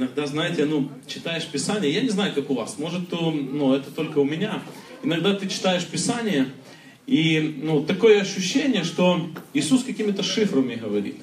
Иногда, знаете, читаешь Писание, я не знаю, как у вас, может, это только у меня. Иногда ты читаешь Писание, и такое ощущение, что Иисус какими-то шифрами говорит.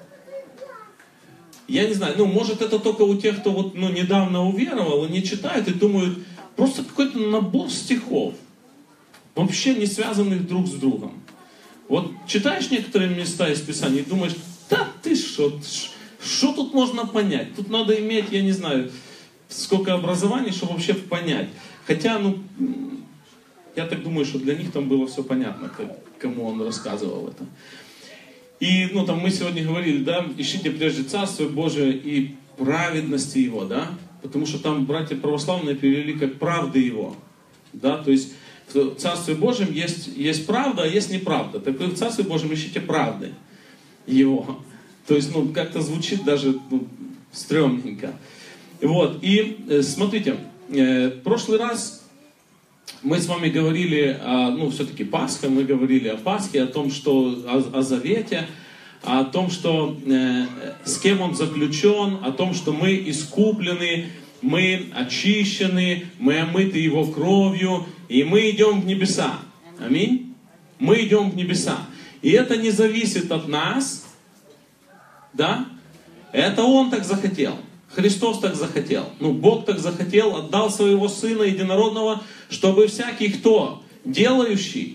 Я не знаю, может это только у тех, кто недавно уверовал и не читает, и думают, просто какой-то набор стихов, вообще не связанных друг с другом. Вот читаешь некоторые места из Писания и думаешь, да ты что тут можно понять? Тут надо иметь, я не знаю, сколько образований, чтобы вообще понять. Хотя, я так думаю, что для них там было все понятно, кому он рассказывал это. И, мы сегодня говорили, да, ищите прежде Царствие Божие и праведности Его, да, потому что там братья православные перевели как правды Его, да, то есть в Царстве Божьем есть правда, а есть неправда. Так вы в Царстве Божьем ищите правды Его. То есть, как-то звучит даже стрёмненько. Вот, и смотрите, в прошлый раз мы с вами говорили, все-таки Пасха, мы говорили о Пасхе, о том, что о завете, о том, что с кем он заключен, о том, что мы искуплены, мы очищены, мы омыты Его кровью, и мы идем в небеса. Аминь. Мы идем в небеса. И это не зависит от нас, да? Это Он так захотел. Христос так захотел. Бог так захотел, отдал Своего Сына Единородного, чтобы всякий, кто делающий,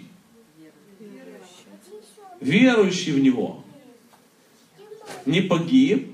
верующий в Него, не погиб,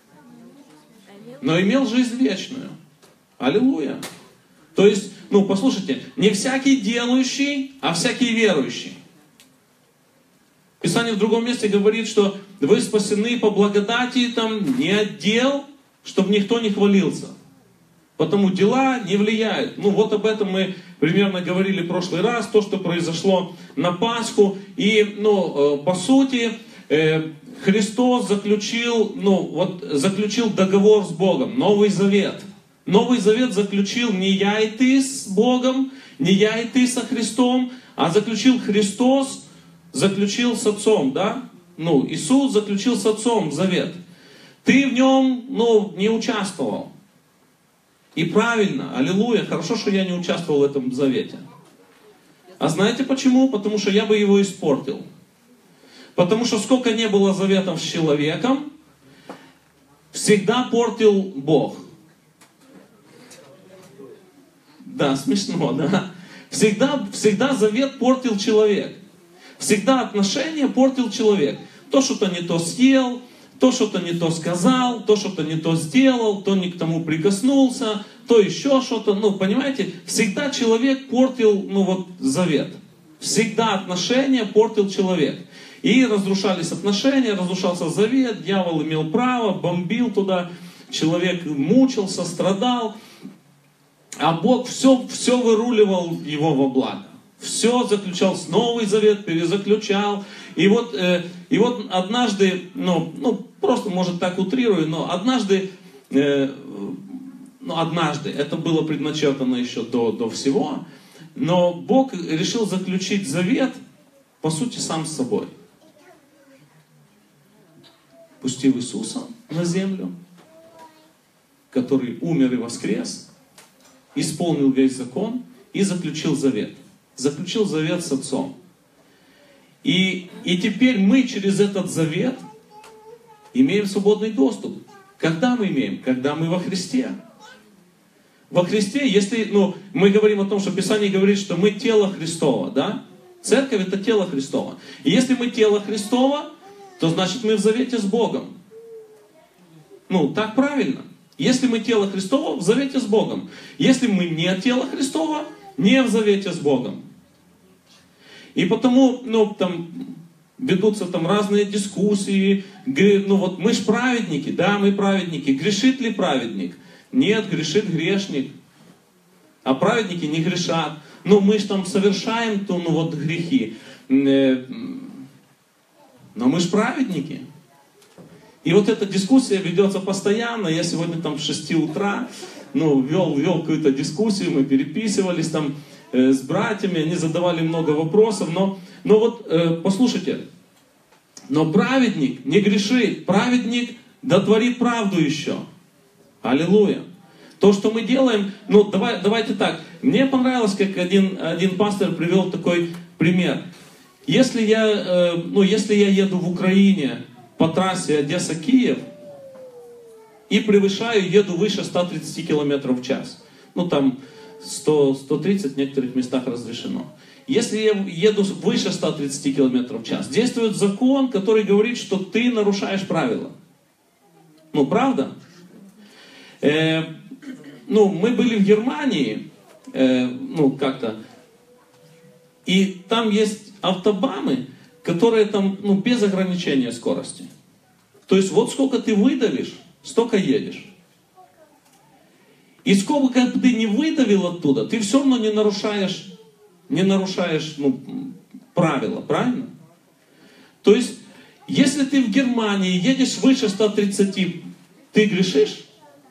но имел жизнь вечную. Аллилуйя. То есть, послушайте, не всякий делающий, а всякий верующий. Писание в другом месте говорит, что вы спасены по благодати, не от дел, чтобы никто не хвалился. Потому дела не влияют. Вот об этом мы примерно говорили в прошлый раз, то, что произошло на Пасху. И, по сути, Христос заключил договор с Богом, Новый Завет. Новый Завет заключил не я и ты с Богом, не я и ты со Христом, а заключил Христос, заключил с Отцом, да? Иисус заключил с Отцом завет. Ты в нем, не участвовал. И правильно, аллилуйя, хорошо, что я не участвовал в этом завете. А знаете почему? Потому что я бы его испортил. Потому что сколько не было заветов с человеком, всегда портил Бог. Да, смешно, да? Всегда завет портил человек. Всегда отношения портил человек. То что-то не то съел, то что-то не то сказал, то что-то не то сделал, то не к тому прикоснулся, то еще что-то. Понимаете, всегда человек портил, завет. Всегда отношения портил человек. И разрушались отношения, разрушался завет, дьявол имел право, бомбил туда, человек мучился, страдал. А Бог все выруливал его во благо. Все заключал с Новый Завет, перезаключал. И вот однажды, просто, может, так утрирую, но однажды, это было предначертано еще до всего, но Бог решил заключить завет, по сути, сам с собой. Пустил Иисуса на землю, который умер и воскрес, исполнил весь закон и заключил завет. Заключил завет с Отцом. И теперь мы через этот завет имеем свободный доступ. Когда мы имеем? Когда мы во Христе. Во Христе, если, мы говорим о том, что Писание говорит, что мы тело Христово, да? Церковь это тело Христово. И если мы тело Христово, то значит мы в завете с Богом. Так правильно. Если мы тело Христово, в завете с Богом. Если мы не тело Христово, не в завете с Богом. И потому, ведутся разные дискуссии. Мы же праведники, да, мы праведники. Грешит ли праведник? Нет, грешит грешник. А праведники не грешат. Мы же совершаем грехи. Но мы же праведники. И эта дискуссия ведется постоянно. Я сегодня в 6 утра вел какую-то дискуссию, мы переписывались с братьями, они задавали много вопросов, послушайте, но праведник не грешит, праведник дотворит правду еще. Аллилуйя. То, что мы делаем, ну давайте так. Мне понравилось, как один пастор привел такой пример. Если я еду в Украине по трассе Одесса-Киев и еду выше 130 км в час. Ну там 100-130 в некоторых местах разрешено. Если я еду выше 130 км в час, действует закон, который говорит, что ты нарушаешь правила. Ну, правда? Мы были в Германии, и там есть автобаны, которые там, без ограничения скорости. То есть, вот сколько ты выдавишь, столько едешь. И сколько бы ты не выдавил оттуда, ты все равно не нарушаешь правила, правильно? То есть, если ты в Германии едешь выше 130, ты грешишь?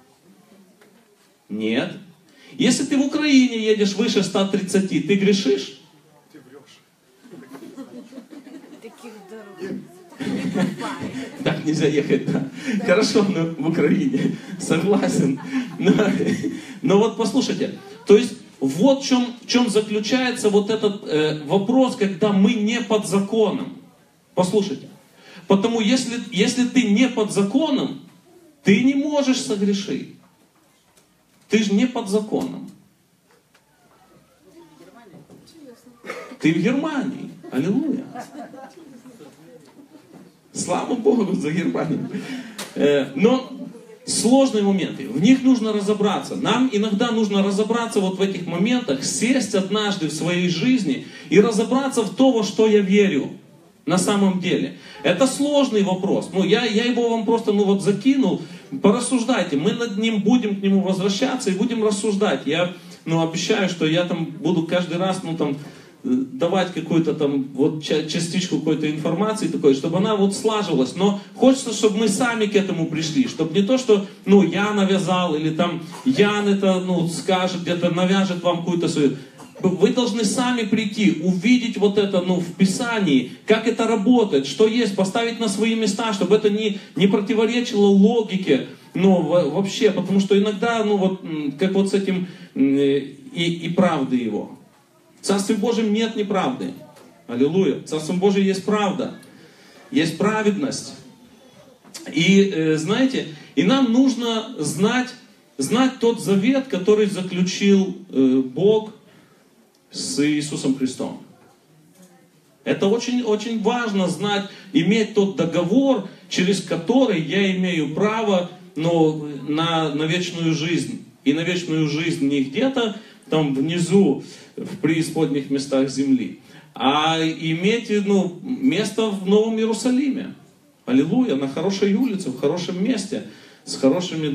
Нет. Если ты в Украине едешь выше 130, ты грешишь? Ты врешь. Таких дорог. Так нельзя ехать, да. Хорошо, но в Украине. Согласен. Но вот послушайте. То есть, вот в чем заключается вот этот вопрос, когда мы не под законом. Послушайте. Потому если ты не под законом, ты не можешь согрешить. Ты же не под законом. Ты в Германии. Аллилуйя. Слава Богу за Германию. Но сложные моменты. В них нужно разобраться. Нам иногда нужно разобраться вот в этих моментах, сесть однажды в своей жизни и разобраться в то, во что я верю. На самом деле. Это сложный вопрос. Я его вам просто закинул. Порассуждайте. Мы над ним будем к нему возвращаться и будем рассуждать. Я обещаю, что я там буду каждый раз давать какую-то частичку какой-то информации такой, чтобы она слаживалась. Но хочется, чтобы мы сами к этому пришли. Чтобы не то, что я навязал, или там Ян это скажет, где-то навяжет вам какую-то свою. Вы должны сами прийти, увидеть вот это в Писании, как это работает, что есть, поставить на свои места, чтобы это не противоречило логике, вообще, потому что иногда, как с этим и правды его. В Царстве Божьем нет неправды. Аллилуйя. В Царстве Божьем есть правда, есть праведность. И знаете, и нам нужно знать тот завет, который заключил Бог с Иисусом Христом. Это очень важно знать, иметь тот договор, через который я имею право на вечную жизнь. И на вечную жизнь не где-то там внизу, в преисподних местах земли, а иметь место в Новом Иерусалиме. Аллилуйя, на хорошей улице, в хорошем месте, с хорошими,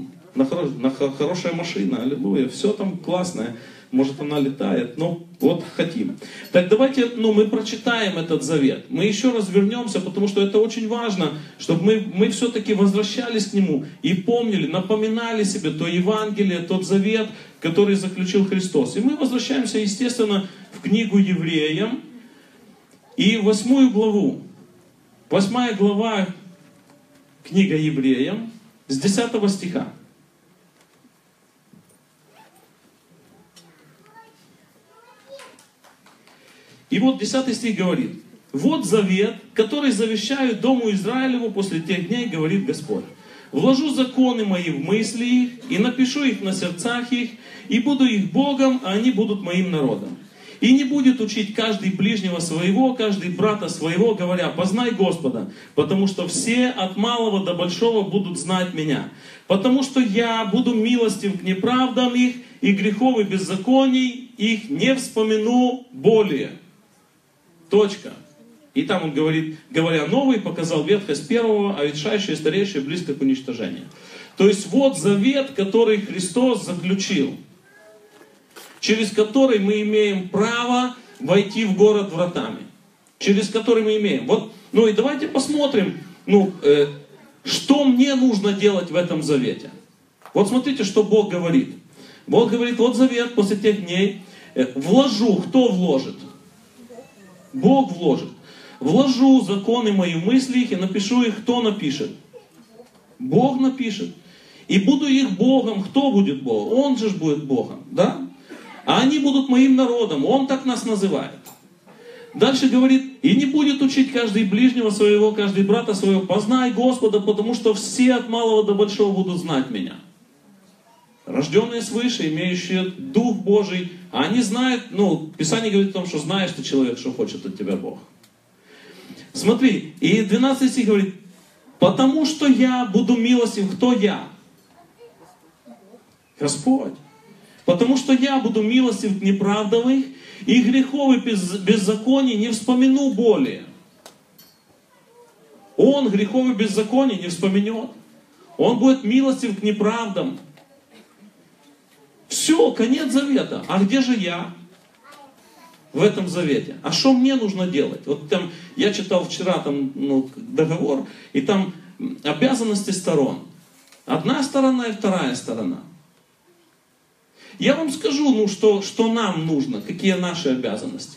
хорошая машина, аллилуйя, все там классное. Может, она летает, хотим. Так давайте, мы прочитаем этот завет. Мы еще раз вернемся, потому что это очень важно, чтобы мы все-таки возвращались к нему и помнили, напоминали себе то Евангелие, тот завет, который заключил Христос. И мы возвращаемся, естественно, в книгу Евреям и 8 главу. 8 глава, книга Евреям, с 10 стиха. И вот 10 стих говорит: «Вот завет, который завещаю дому Израилеву после тех дней, говорит Господь. Вложу законы мои в мысли их, и напишу их на сердцах их, и буду их Богом, а они будут моим народом. И не будет учить каждый ближнего своего, каждый брата своего, говоря: познай Господа, потому что все от малого до большого будут знать меня. Потому что я буду милостив к неправдам их, и грехов и беззаконий их не вспомяну более». Точка. И там он говорит: говоря новый, показал ветхость первого, а ветшающее и стареющее близко к уничтожению. То есть вот завет, который Христос заключил, через который мы имеем право войти в город вратами. Через который мы имеем. И давайте посмотрим, что мне нужно делать в этом завете. Вот смотрите, что Бог говорит. Бог говорит: вот завет после тех дней. Вложу. Кто вложит? Бог вложит. Вложу законы мои в мысли их и напишу их. Кто напишет? Бог напишет. И буду их Богом. Кто будет Богом? Он же будет Богом, да? А они будут моим народом. Он так нас называет. Дальше говорит, и не будет учить каждый ближнего своего, каждый брата своего, познай Господа, потому что все от малого до большого будут знать меня. Рожденные свыше, имеющие Дух Божий, а они знают, Писание говорит о том, что знаешь ты человек, что хочет от тебя Бог. Смотри, и 12 стих говорит, потому что я буду милостив. Кто я? Господь. Потому что я буду милостив к неправдовых, и грехов и беззаконий не вспомяну более. Он грехов и беззаконий не вспомнет. Он будет милостив к неправдам. Все, конец завета. А где же я в этом завете? А что мне нужно делать? Вот там, я читал вчера договор, и там обязанности сторон. Одна сторона и вторая сторона. Я вам скажу, что нам нужно, какие наши обязанности.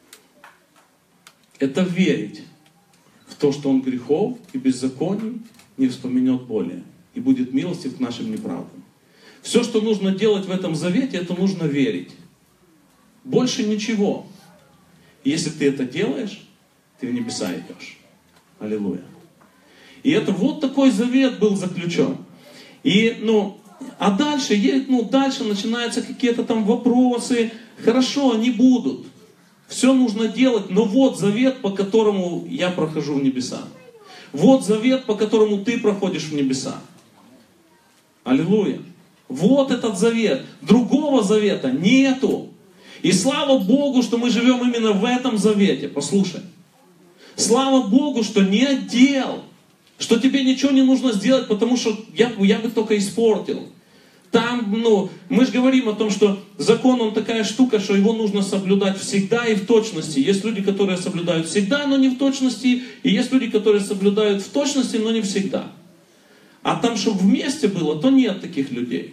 Это верить в то, что Он грехов и беззаконий не вспомнет более. И будет милостив к нашим неправдам. Все, что нужно делать в этом завете, это нужно верить. Больше ничего. И если ты это делаешь, ты в небеса идешь. Аллилуйя. И это вот такой завет был заключен. И, а дальше, дальше начинаются какие-то там вопросы. Хорошо, они будут. Все нужно делать, но вот завет, по которому я прохожу в небеса. Вот завет, по которому ты проходишь в небеса. Аллилуйя. Вот этот завет. Другого завета нету. И слава Богу, что мы живем именно в этом завете. Послушай. Слава Богу, что не отдел. Что тебе ничего не нужно сделать, потому что я бы только испортил. Там, мы же говорим о том, что закон, он такая штука, что его нужно соблюдать всегда и в точности. Есть люди, которые соблюдают всегда, но не в точности. И есть люди, которые соблюдают в точности, но не всегда. А там, чтобы вместе было, то нет таких людей.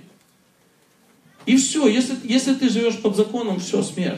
И все, если ты живешь под законом, все, смерть.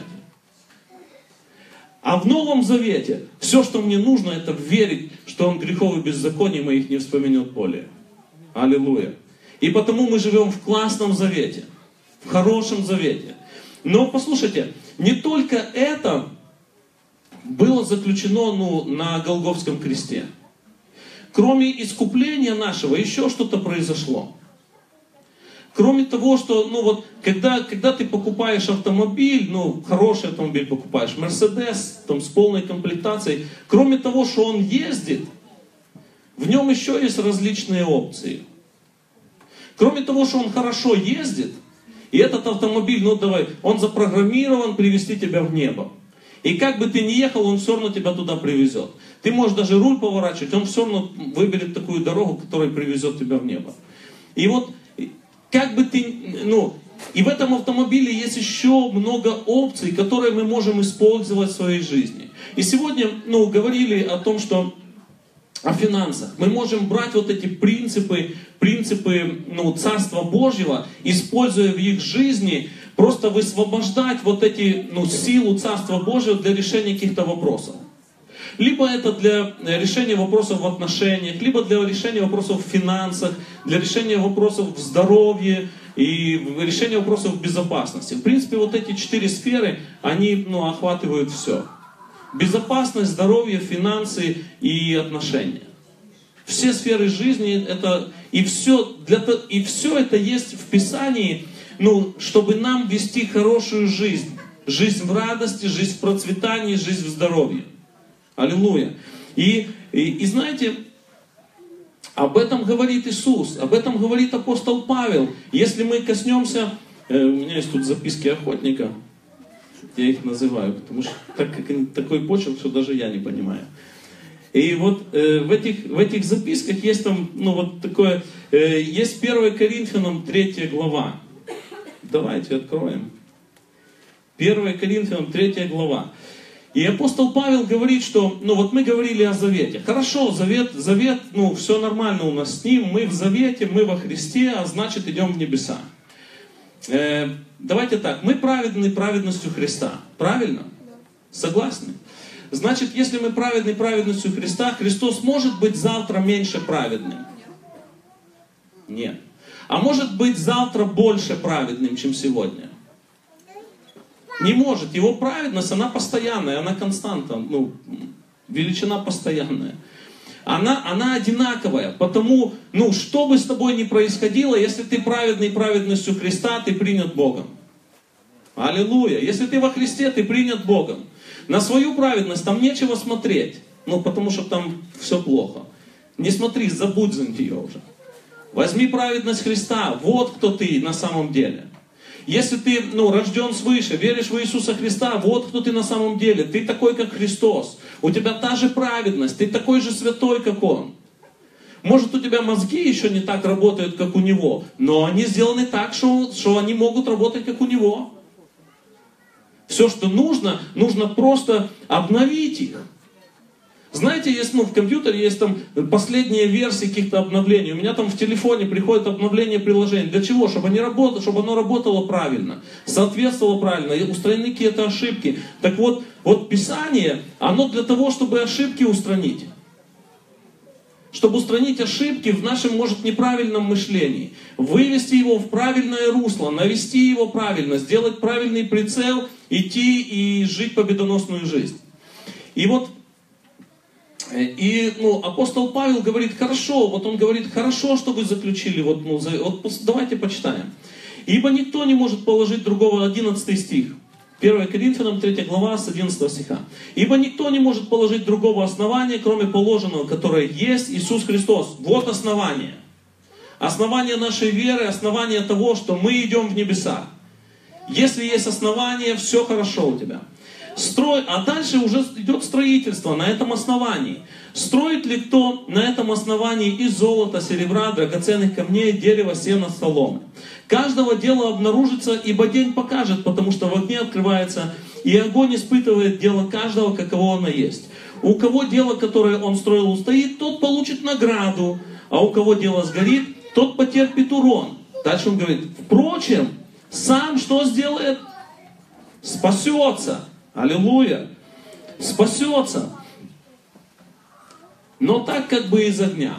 А в Новом Завете все, что мне нужно, это верить, что Он грехов и беззаконий моих не вспомнет более. Аллилуйя. И потому мы живем в классном завете, в хорошем завете. Но послушайте, не только это было заключено на Голгофском кресте. Кроме искупления нашего, еще что-то произошло. Кроме того, что, когда ты покупаешь автомобиль, хороший автомобиль покупаешь, Мерседес, с полной комплектацией, кроме того, что он ездит, в нем еще есть различные опции. Кроме того, что он хорошо ездит, и этот автомобиль, он запрограммирован привезти тебя в небо. И как бы ты ни ехал, он все равно тебя туда привезет. Ты можешь даже руль поворачивать, он все равно выберет такую дорогу, которая привезет тебя в небо. И вот, как бы ты, и в этом автомобиле есть еще много опций, которые мы можем использовать в своей жизни. И сегодня, говорили о том, что о финансах. Мы можем брать вот эти принципы Царства Божьего, используя в их жизни, просто высвобождать вот эти, силу Царства Божьего для решения каких-то вопросов. Либо это для решения вопросов в отношениях, либо для решения вопросов в финансах, для решения вопросов в здоровье и решения вопросов в безопасности. В принципе, вот эти 4 сферы, они охватывают все. Безопасность, здоровье, финансы и отношения. Все сферы жизни, и все это есть в Писании, чтобы нам вести хорошую жизнь. Жизнь в радости, жизнь в процветании, жизнь в здоровье. Аллилуйя. И знаете, об этом говорит Иисус, об этом говорит апостол Павел. Если мы коснемся, у меня есть тут записки охотника, я их называю, потому что такой почерк, что даже я не понимаю. И вот в этих записках есть там, такое, есть 1 Коринфянам 3 глава. Давайте откроем. 1 Коринфянам 3 глава. И апостол Павел говорит, что, мы говорили о завете. Хорошо, завет, все нормально у нас с ним, мы в завете, мы во Христе, а значит идем в небеса. Давайте так, мы праведны праведностью Христа. Правильно? Согласны? Значит, если мы праведны праведностью Христа, Христос может быть завтра меньше праведным? Нет. А может быть завтра больше праведным, чем сегодня? Не может. Его праведность, она постоянная, она константа, ну, величина постоянная. Она одинаковая. Потому, ну, что бы с тобой ни происходило, если ты праведный праведностью Христа, ты принят Богом. Аллилуйя. Если ты во Христе, ты принят Богом. На свою праведность там нечего смотреть. Ну, потому что там все плохо. Не смотри, забудь за нее уже. Возьми праведность Христа. Вот кто ты на самом деле. Если ты, ну, рожден свыше, веришь в Иисуса Христа, вот кто ты на самом деле. Ты такой, как Христос. У тебя та же праведность. Ты такой же святой, как Он. Может, у тебя мозги еще не так работают, как у Него. Но они сделаны так, что они могут работать, как у Него. Все, что нужно просто обновить их. Знаете, есть, ну, в компьютере есть там последние версии каких-то обновлений. У меня там в телефоне приходит обновление приложений. Для чего? Чтобы оно работало правильно, соответствовало правильно, и устранены какие-то ошибки. Так вот Писание, оно для того, чтобы ошибки устранить. Чтобы устранить ошибки в нашем, может, неправильном мышлении. Вывести его в правильное русло, навести его правильно, сделать правильный прицел, идти и жить победоносную жизнь. И вот, апостол Павел говорит, хорошо, вот он говорит, хорошо, что вы заключили, давайте почитаем. Ибо никто не может положить другого, 11 стих. 1 Коринфянам 3 глава с 11 стиха. «Ибо никто не может положить другого основания, кроме положенного, которое есть Иисус Христос». Вот основание. Основание нашей веры, основание того, что мы идем в небеса. Если есть основание, все хорошо у тебя. А дальше уже идет строительство на этом основании. Строит ли кто на этом основании из золота, серебра, драгоценных камней, дерева, сена, соломы? Каждого дела обнаружится, ибо день покажет, потому что в огне открывается, и огонь испытывает дело каждого, каково оно есть. У кого дело, которое он строил, устоит, тот получит награду, а у кого дело сгорит, тот потерпит урон. Дальше он говорит, впрочем, сам что сделает? Спасется. Аллилуйя. Спасется. Но так как бы из огня.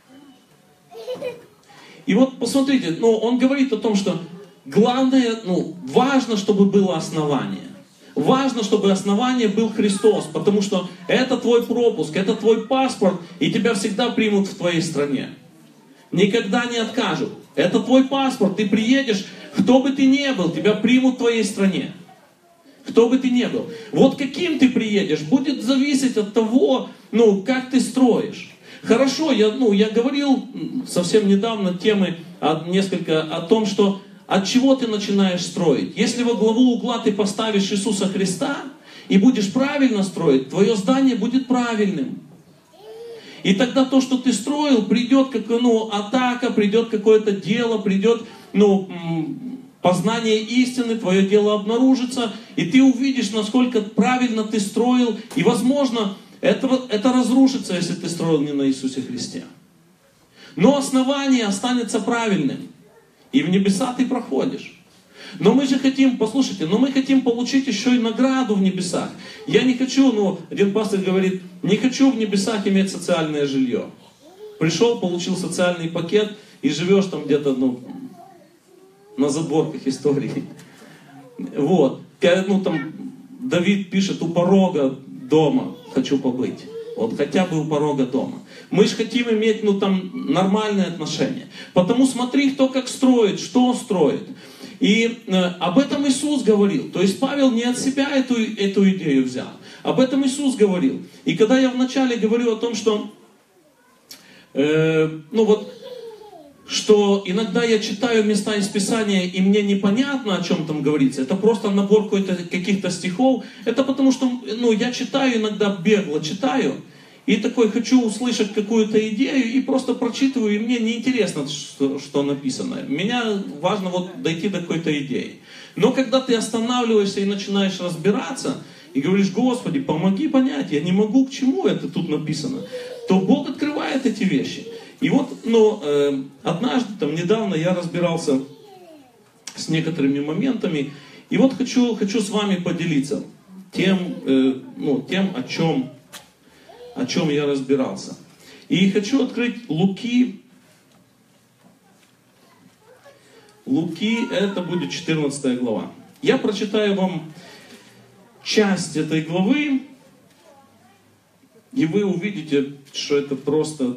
И вот посмотрите, он говорит о том, что главное, важно, чтобы было основание. Важно, чтобы основание был Христос, потому что это твой пропуск, это твой паспорт, и тебя всегда примут в твоей стране. Никогда не откажут. Это твой паспорт, ты приедешь, кто бы ты ни был, тебя примут в твоей стране. Кто бы ты ни был. Вот каким ты приедешь, будет зависеть от того, как ты строишь. Хорошо, я говорил совсем недавно темы несколько о том, что от чего ты начинаешь строить. Если во главу угла ты поставишь Иисуса Христа и будешь правильно строить, твое здание будет правильным. И тогда то, что ты строил, придет как атака, придет какое-то дело, придет познание истины, твое дело обнаружится, и ты увидишь, насколько правильно ты строил, и, возможно, это разрушится, если ты строил не на Иисусе Христе. Но основание останется правильным, и в небеса ты проходишь. Но мы же хотим, послушайте, мы хотим получить еще и награду в небесах. Я не хочу, один пастор говорит, не хочу в небесах иметь социальное жилье. Пришел, получил социальный пакет, и живешь там где-то, на задворках истории. Вот. Там Давид пишет, у порога дома хочу побыть. Вот хотя бы у порога дома. Мы же хотим иметь, нормальные отношения. Потому смотри, кто как строит, что строит. И об этом Иисус говорил. То есть Павел не от себя эту идею взял. Об этом Иисус говорил. И когда я вначале говорю о том, что что иногда я читаю места из Писания, и мне непонятно, о чем там говорится. Это просто набор каких-то стихов. Это потому что я читаю иногда, бегло читаю, и такой хочу услышать какую-то идею, и просто прочитываю, и мне неинтересно, что написано. Меня важно дойти до какой-то идеи. Но когда ты останавливаешься и начинаешь разбираться, и говоришь, Господи, помоги понять, я не могу, к чему это тут написано, то Бог открывает эти вещи. И однажды, недавно я разбирался с некоторыми моментами, и хочу с вами поделиться тем, о чем я разбирался. И хочу открыть Луки, Луки, это будет 14 глава. Я прочитаю вам часть этой главы, и вы увидите, что это просто,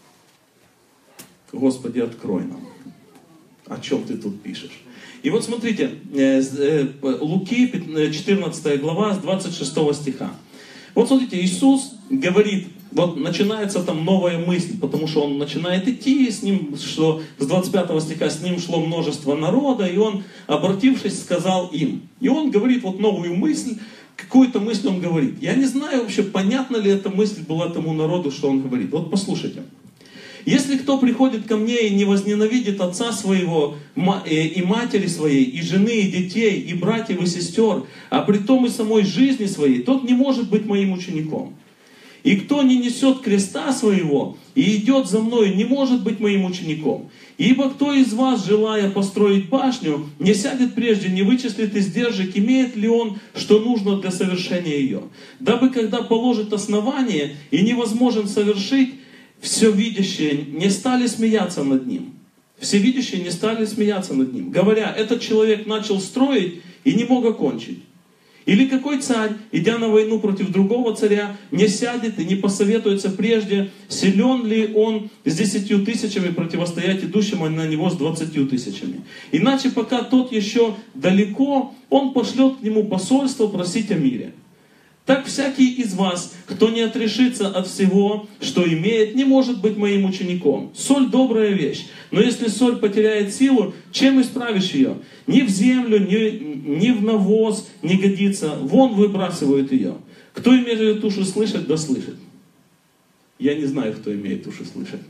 Господи, открой нам, о чем ты тут пишешь. И вот смотрите, Луки, 14 глава, с 26 стиха. Вот смотрите, Иисус говорит, вот начинается там новая мысль, потому что он начинает идти, с ним, что с 25 стиха с ним шло множество народа, и он, обратившись, сказал им. И он говорит вот новую мысль, какую-то мысль он говорит. Я не знаю вообще, понятна ли эта мысль была тому народу, что он говорит. Вот послушайте. Если кто приходит ко мне и не возненавидит отца своего, и матери своей, и жены, и детей, и братьев, и сестер, а при том и самой жизни своей, тот не может быть моим учеником. И кто не несет креста своего и идет за мною, не может быть моим учеником. Ибо кто из вас, желая построить башню, не сядет прежде, не вычислит издержек, имеет ли он, что нужно для совершения ее. Дабы, когда положит основание и невозможен совершить, все видящие не стали смеяться над ним. Все видящие не стали смеяться над ним, говоря, этот человек начал строить и не мог окончить. Или какой царь, идя на войну против другого царя, не сядет и не посоветуется прежде, силен ли он с 10 000 противостоять идущему на него с 20 000. Иначе, пока тот еще далеко, он пошлет к нему посольство просить о мире. Так всякий из вас, кто не отрешится от всего, что имеет, не может быть моим учеником. Соль — добрая вещь, но если соль потеряет силу, чем исправишь ее? Ни в землю, ни в навоз не годится, вон выбрасывают ее. Кто имеет уши слышать, да слышит. Я не знаю, кто имеет уши слышать.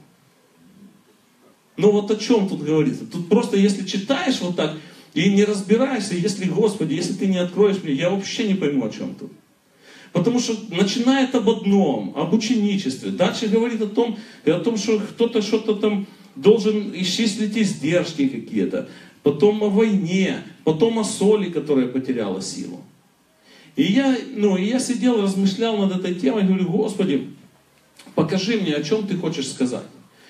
Но вот о чем тут говорится? Тут просто если читаешь вот так и не разбираешься, если, Господи, если ты не откроешь мне, я вообще не пойму, о чем тут. Потому что начинает об одном, об ученичестве. Дальше говорит о том, что кто-то что-то там должен исчислить издержки какие-то. Потом о войне, потом о соли, которая потеряла силу. И я сидел, размышлял над этой темой, говорю, Господи, покажи мне, о чем ты хочешь сказать.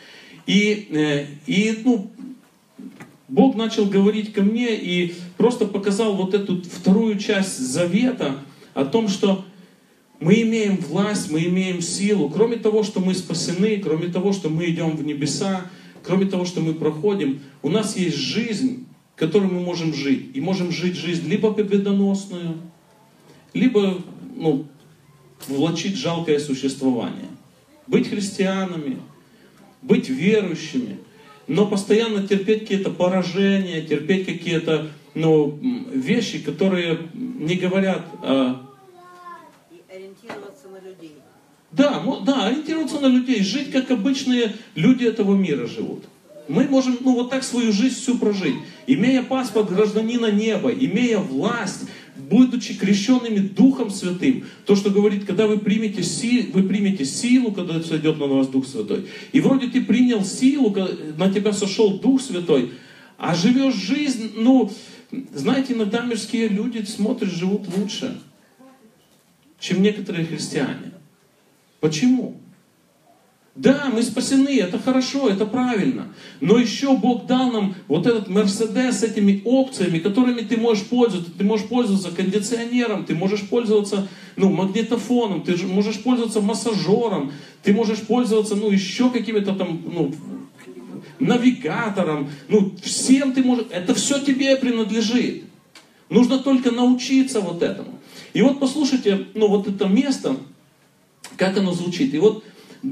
Бог начал говорить ко мне и просто показал вот эту вторую часть завета о том, что мы имеем власть, мы имеем силу. Кроме того, что мы спасены, кроме того, что мы идем в небеса, кроме того, что мы проходим, у нас есть жизнь, которой мы можем жить. И можем жить жизнь либо победоносную, либо влачить жалкое существование. Быть христианами, быть верующими, но постоянно терпеть какие-то поражения, терпеть какие-то вещи, которые не говорят о... Ориентироваться на людей. Да, ориентироваться на людей, жить как обычные люди этого мира живут. Мы можем вот так свою жизнь всю прожить, имея паспорт гражданина неба, имея власть, будучи крещенными Духом Святым. То, что говорит, когда вы примете силу, когда сойдет на вас Дух Святой. И вроде ты принял силу, на тебя сошел Дух Святой, а живешь жизнь, знаете, иногда мирские люди, смотришь, живут лучше, чем некоторые христиане. Почему? Да, мы спасены, это хорошо, это правильно. Но еще Бог дал нам вот этот Мерседес с этими опциями, которыми ты можешь пользоваться. Ты можешь пользоваться кондиционером, ты можешь пользоваться магнитофоном, ты можешь пользоваться массажером, ты можешь пользоваться еще какими-то там навигатором. Всем ты можешь. Это все тебе принадлежит. Нужно только научиться вот этому. И вот послушайте, вот это место, как оно звучит. И вот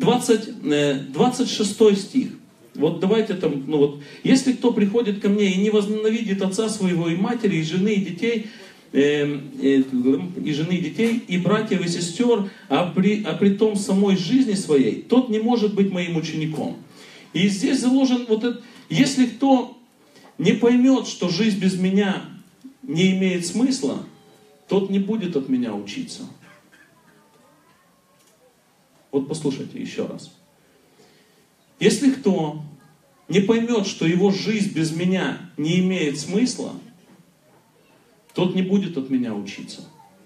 26 стих. Вот давайте там, если кто приходит ко мне и не возненавидит отца своего, и матери, и жены, и детей, и братьев, и сестер, а при том самой жизни своей, тот не может быть моим учеником. И здесь заложен вот это, если кто не поймет, что жизнь без меня не имеет смысла, тот не будет от меня учиться. Вот послушайте еще раз. Если кто не поймет, что его жизнь без меня не имеет смысла, тот не будет от меня учиться.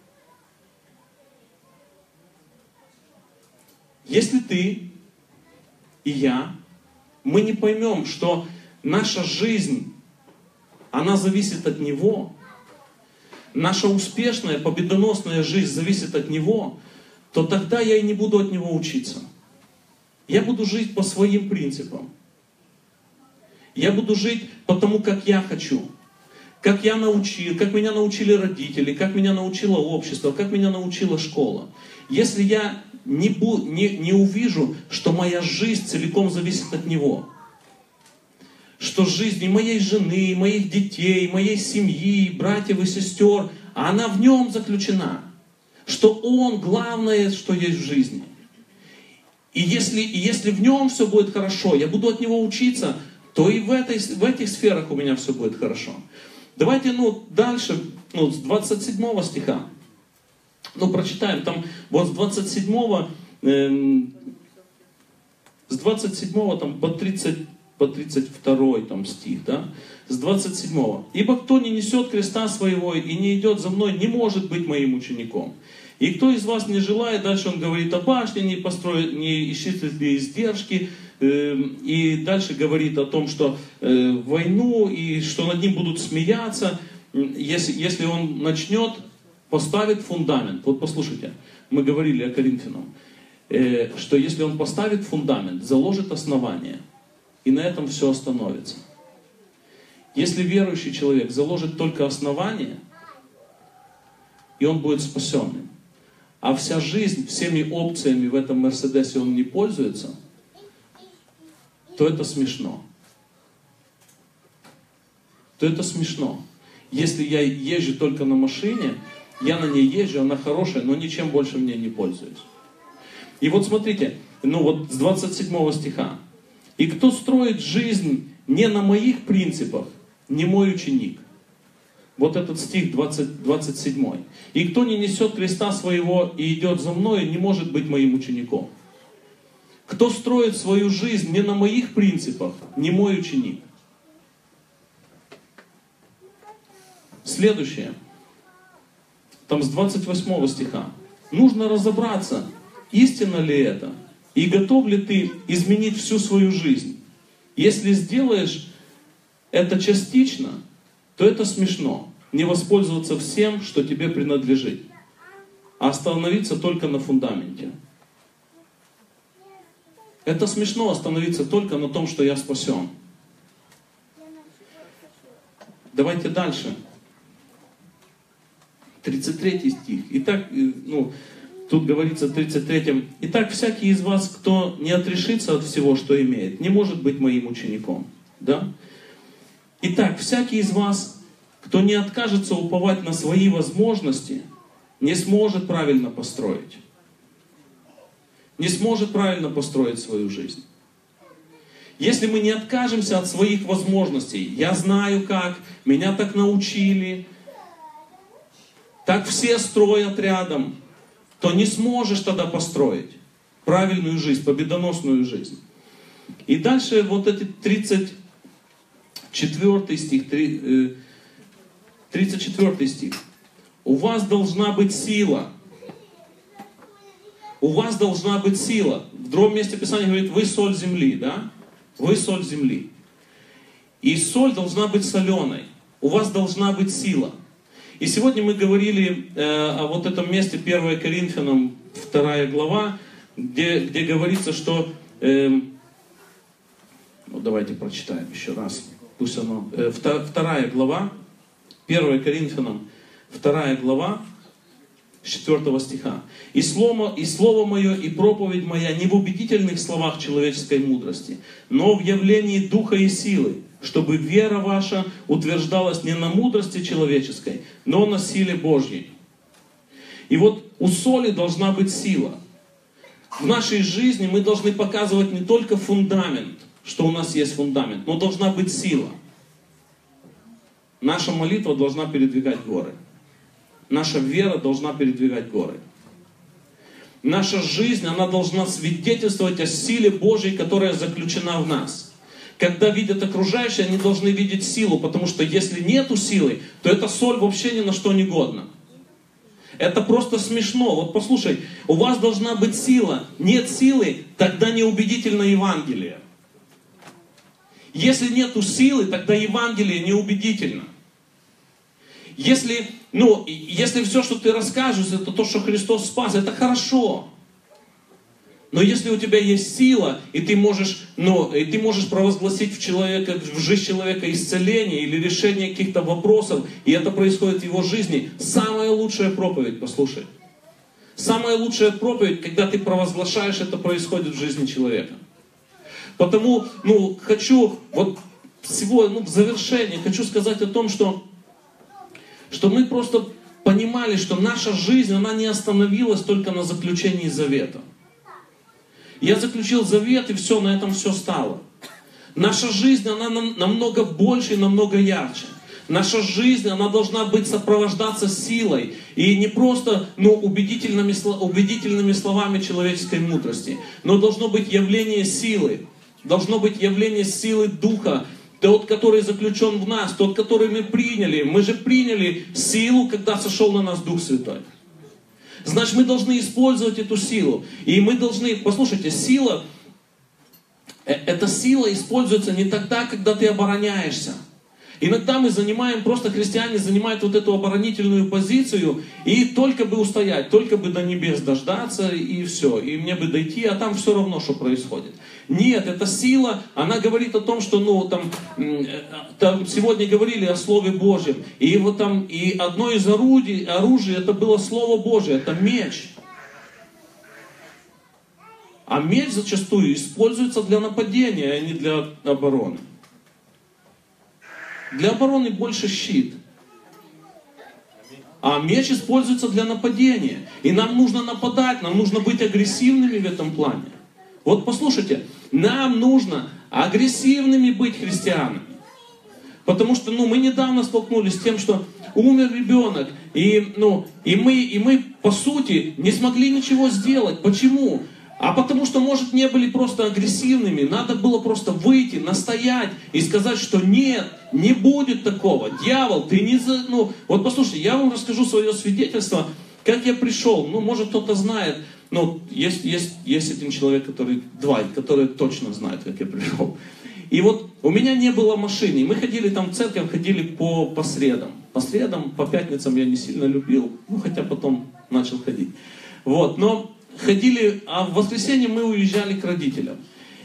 Если ты и я, мы не поймем, что наша жизнь она зависит от Него, наша успешная, победоносная жизнь зависит от Него, то тогда я и не буду от Него учиться. Я буду жить по своим принципам. Я буду жить по тому, как я хочу. Как я научил, как меня научили родители, как меня научило общество, как меня научила школа. Если я не увижу, что моя жизнь целиком зависит от Него, что жизнь и моей жены, и моих детей, и моей семьи, и братьев и сестер, она в Нем заключена, что Он главное, что есть в жизни. И если в Нем все будет хорошо, я буду от Него учиться, то и в этих сферах у меня все будет хорошо. Давайте, дальше, с 27 стиха. Прочитаем, там, вот с 27 там, по 32 там, стих, да? С 27. «Ибо кто не несет креста своего и не идет за мной, не может быть моим учеником. И кто из вас не желает», дальше он говорит о башне, не исчислит ли издержки, и дальше говорит о том, что войну, и что над ним будут смеяться, если он начнет, поставит фундамент. Вот послушайте, мы говорили о Коринфянам, что если он поставит фундамент, заложит основание, и на этом все остановится. Если верующий человек заложит только основание, и он будет спасенным, а вся жизнь, всеми опциями в этом Мерседесе он не пользуется, то это смешно. Если я езжу только на машине, я на ней езжу, она хорошая, но ничем больше мне не пользуюсь. И вот смотрите, с 27 стиха. «И кто строит жизнь не на моих принципах, не мой ученик». Вот этот стих 27. «И кто не несет креста своего и идет за мною, не может быть моим учеником». Кто строит свою жизнь не на моих принципах, не мой ученик. Следующее. Там с 28 стиха. Нужно разобраться, истинно ли это, и готов ли ты изменить всю свою жизнь. Если сделаешь это частично, то это смешно. Не воспользоваться всем, что тебе принадлежит, а остановиться только на фундаменте. Это смешно остановиться только на том, что я спасен. Давайте дальше. 33 стих. Итак, тут говорится в 33. «Итак, всякий из вас, кто не отрешится от всего, что имеет, не может быть моим учеником». Да? Итак, всякий из вас, кто не откажется уповать на свои возможности, не сможет правильно построить. Не сможет правильно построить свою жизнь. Если мы не откажемся от своих возможностей, я знаю как, меня так научили, так все строят рядом, то не сможешь тогда построить правильную жизнь, победоносную жизнь. И дальше вот эти 34 стих, 34 стих. «У вас должна быть сила». У вас должна быть сила. В другом месте Писания говорит, вы соль земли, да? Вы соль земли. И соль должна быть соленой. У вас должна быть сила. И сегодня мы говорили о вот этом месте 1 Коринфянам 2 глава, где говорится, что... давайте прочитаем еще раз. Пусть оно... 2 глава, 1 Коринфянам 2 глава, с 4 стиха. «И слово мое, и проповедь моя не в убедительных словах человеческой мудрости, но в явлении духа и силы, чтобы вера ваша утверждалась не на мудрости человеческой, но на силе Божьей». И вот у соли должна быть сила. В нашей жизни мы должны показывать не только фундамент, что у нас есть фундамент, но должна быть сила. Наша молитва должна передвигать горы. Наша вера должна передвигать горы. Наша жизнь, она должна свидетельствовать о силе Божьей, которая заключена в нас. Когда видят окружающие, они должны видеть силу, потому что если нету силы, то эта соль вообще ни на что не годна. Это просто смешно. Вот послушай, у вас должна быть сила. Нет силы, тогда неубедительно Евангелие. Если нету силы, тогда Евангелие неубедительно. Если все, что ты расскажешь, это то, что Христос спас, это хорошо. Но если у тебя есть сила, и ты можешь провозгласить в жизнь человека исцеление или решение каких-то вопросов, и это происходит в его жизни, самая лучшая проповедь, послушай. Самая лучшая проповедь, когда ты провозглашаешь, это происходит в жизни человека. Потому, хочу в завершение, хочу сказать о том, что мы просто понимали, что наша жизнь, она не остановилась только на заключении завета. Я заключил завет, и все, на этом все стало. Наша жизнь, она намного больше и намного ярче. Наша жизнь, она должна быть сопровождаться силой. И не просто убедительными словами человеческой мудрости, но должно быть явление силы. Должно быть явление силы Духа. Тот, который заключен в нас, тот, который мы приняли. Мы же приняли силу, когда сошел на нас Дух Святой. Значит, мы должны использовать эту силу. И мы должны, послушайте, эта сила используется не тогда, когда ты обороняешься. Иногда христиане занимают вот эту оборонительную позицию, и только бы устоять, только бы до небес дождаться, и все, и мне бы дойти, а там все равно, что происходит. Нет, эта сила, она говорит о том, что, там сегодня говорили о Слове Божьем, и одно из оружий, это было Слово Божие, это меч. А меч зачастую используется для нападения, а не для обороны. Для обороны больше щит. А меч используется для нападения. И нам нужно нападать, нам нужно быть агрессивными в этом плане. Вот послушайте, нам нужно агрессивными быть христианами. Потому что мы недавно столкнулись с тем, что умер ребенок, и мы по сути не смогли ничего сделать. Почему? А потому что, может, не были просто агрессивными, надо было просто выйти, настоять и сказать, что нет, не будет такого. Дьявол, ты не Вот послушайте, я вам расскажу свое свидетельство, как я пришел. Может, кто-то знает, есть один человек, который точно знает, как я пришел. И вот у меня не было машины, мы ходили там в церковь, ходили по средам. По средам, по пятницам я не сильно любил, хотя потом начал ходить. Но ходили, а в воскресенье мы уезжали к родителям.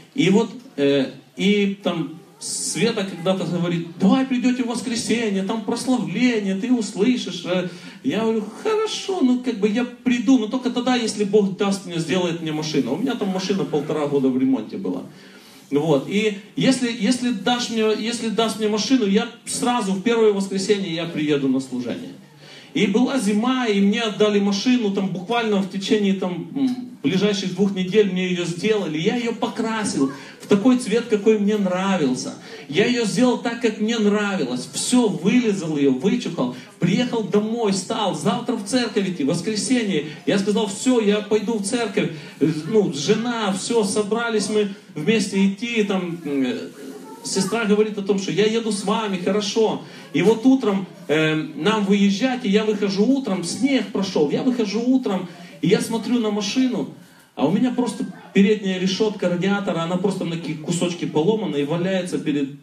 И там Света когда-то говорит: давай придете в воскресенье, там прославление, ты услышишь. Я говорю: хорошо, я приду, но только тогда, если Бог даст мне, сделает мне машину. У меня там машина 1,5 года в ремонте была. И если даст мне машину, я сразу в первое воскресенье я приеду на служение. И была зима, и мне отдали машину, буквально в течение ближайших 2 недель мне ее сделали. Я ее покрасил в такой цвет, какой мне нравился. Я ее сделал так, как мне нравилось. Все, вылезал ее, вычухал. Приехал домой, встал, завтра в церковь идти, воскресенье. Я сказал: все, я пойду в церковь. Жена, все, собрались мы вместе идти, сестра говорит о том, что я еду с вами, хорошо. И вот утром нам выезжать, и я выхожу утром, снег прошел, я выхожу утром, и я смотрю на машину, а у меня просто передняя решетка радиатора, она просто на такие кусочки поломана и валяется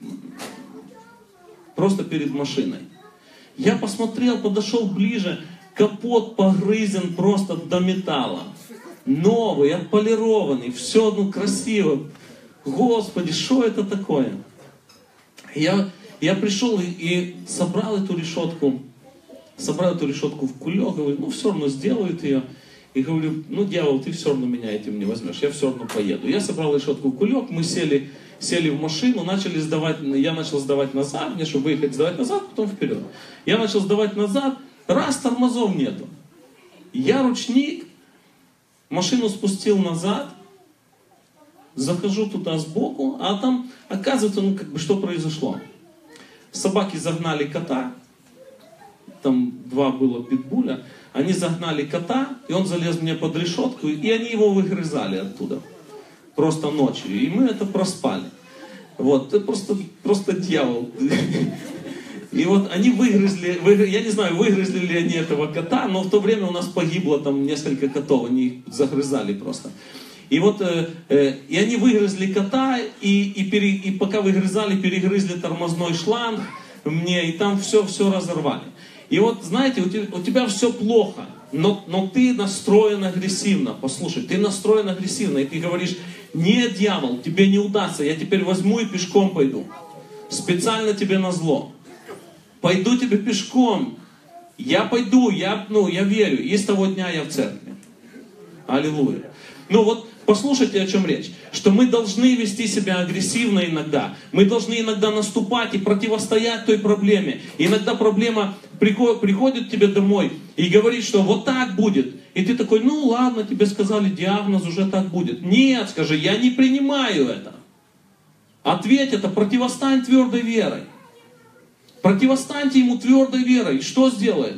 просто перед машиной. Я посмотрел, подошел ближе, капот погрызен просто до металла. Новый, отполированный, все красиво. Господи, что это такое? Я пришел и собрал эту решетку в кулек, говорю: все равно сделают ее. И говорю: дьявол, ты все равно меня этим не возьмешь, я все равно поеду. Я собрал решетку в кулек, мы сели в машину, я начал сдавать назад, мне чтобы выехать, сдавать назад, потом вперед. Я начал сдавать назад, тормозов нету. Я ручник, машину спустил назад, захожу туда сбоку, а там, оказывается, что произошло. Собаки загнали кота, там 2 было питбуля, они загнали кота, и он залез мне под решетку, и они его выгрызали оттуда, просто ночью, и мы это проспали. Это просто дьявол. И они выгрызли, я не знаю, выгрызли ли они этого кота, но в то время у нас погибло несколько котов, они их загрызали просто. и вот и они выгрызли кота, и пока выгрызали, перегрызли тормозной шланг мне, и там все разорвали. И вот, знаете, у тебя все плохо, но ты настроен агрессивно. Послушай, ты настроен агрессивно, и ты говоришь: нет, дьявол, тебе не удастся, я теперь возьму и пешком пойду. Специально тебе назло. Пойду тебе пешком. Я пойду, я верю. И с того дня я в церкви. Аллилуйя. Ну вот, послушайте, о чем речь. Что мы должны вести себя агрессивно иногда. Мы должны иногда наступать и противостоять той проблеме. И иногда проблема приходит к тебе домой и говорит, что вот так будет. И ты такой: ну ладно, тебе сказали диагноз, уже так будет. Нет, скажи: я не принимаю это. Ответь это, противостань твердой верой. Противостаньте ему твердой верой. Что сделает?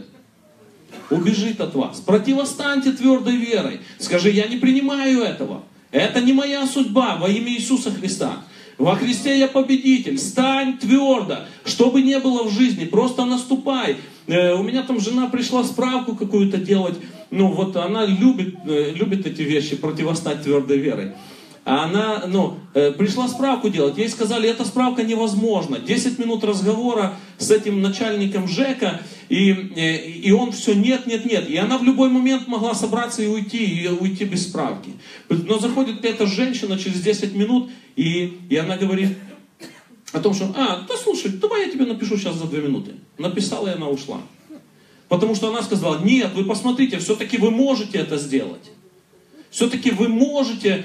Убежит от вас. Противостаньте твердой верой. Скажи: я не принимаю этого. Это не моя судьба во имя Иисуса Христа. Во Христе я победитель. Стань твердо. Что бы ни было в жизни, просто наступай. У меня там жена пришла справку какую-то делать. Ну вот она любит эти вещи, противостать твердой верой. А она, пришла справку делать, ей сказали: эта справка невозможна. 10 минут разговора с этим начальником ЖЭКа, и он все: нет. И она в любой момент могла собраться и уйти без справки. Но заходит эта женщина через 10 минут, и она говорит о том, что: да слушай, давай я тебе напишу сейчас за 2 минуты. Написала, и она ушла. Потому что она сказала: нет, вы посмотрите, все-таки вы можете это сделать. Все-таки вы можете,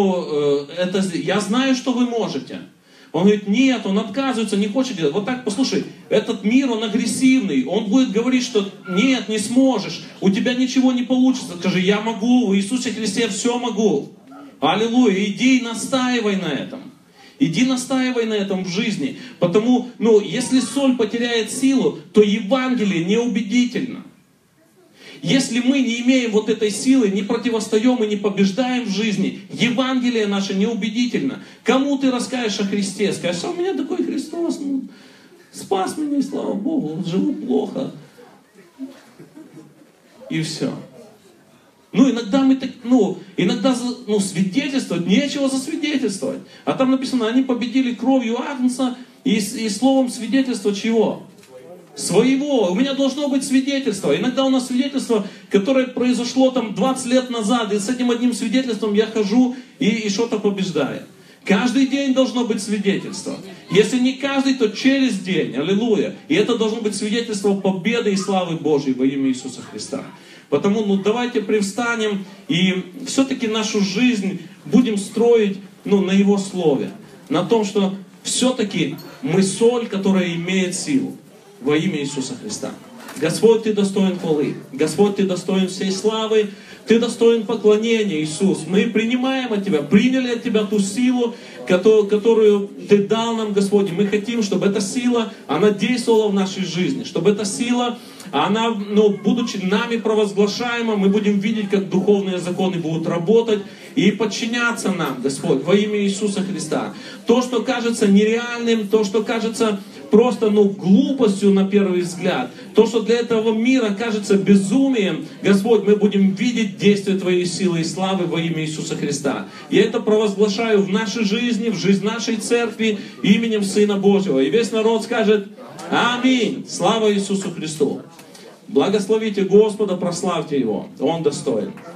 это сделать. Я знаю, что вы можете. Он говорит: нет, он отказывается, не хочет делать. Вот так, послушай, этот мир, он агрессивный. Он будет говорить, что нет, не сможешь, у тебя ничего не получится. Скажи: я могу, в Иисусе Христе все могу. Аллилуйя, иди и настаивай на этом. Иди настаивай на этом в жизни. Потому, если соль потеряет силу, то Евангелие неубедительно. Если мы не имеем вот этой силы, не противостаем и не побеждаем в жизни, Евангелие наше неубедительно. Кому ты расскажешь о Христе? Скажешь: у меня такой Христос, спас меня, и слава Богу, живу плохо. И все. Иногда мы так, свидетельствовать, нечего засвидетельствовать. А там написано: они победили кровью Агнца и словом свидетельства чего? Своего. У меня должно быть свидетельство. Иногда у нас свидетельство, которое произошло 20 лет назад, и с этим одним свидетельством я хожу и что-то побеждаю. Каждый день должно быть свидетельство. Если не каждый, то через день. Аллилуйя. И это должно быть свидетельство победы и славы Божьей во имя Иисуса Христа. Потому давайте привстанем и все-таки нашу жизнь будем строить на Его Слове. На том, что все-таки мы соль, которая имеет силу. Во имя Иисуса Христа. Господь, Ты достоин хвалы. Господь, Ты достоин всей славы. Ты достоин поклонения, Иисус. Мы принимаем от Тебя, приняли от Тебя ту силу, которую Ты дал нам, Господь. Мы хотим, чтобы эта сила, она действовала в нашей жизни. Чтобы эта сила, она, будучи нами провозглашаема, мы будем видеть, как духовные законы будут работать и подчиняться нам, Господь, во имя Иисуса Христа. То, что кажется нереальным, то, что кажется просто, глупостью на первый взгляд, то, что для этого мира кажется безумием, Господь, мы будем видеть действие Твоей силы и славы во имя Иисуса Христа. Я это провозглашаю в нашей жизни, в жизнь нашей церкви, именем Сына Божьего. И весь народ скажет: аминь. Слава Иисусу Христу. Благословите Господа, прославьте Его. Он достоин.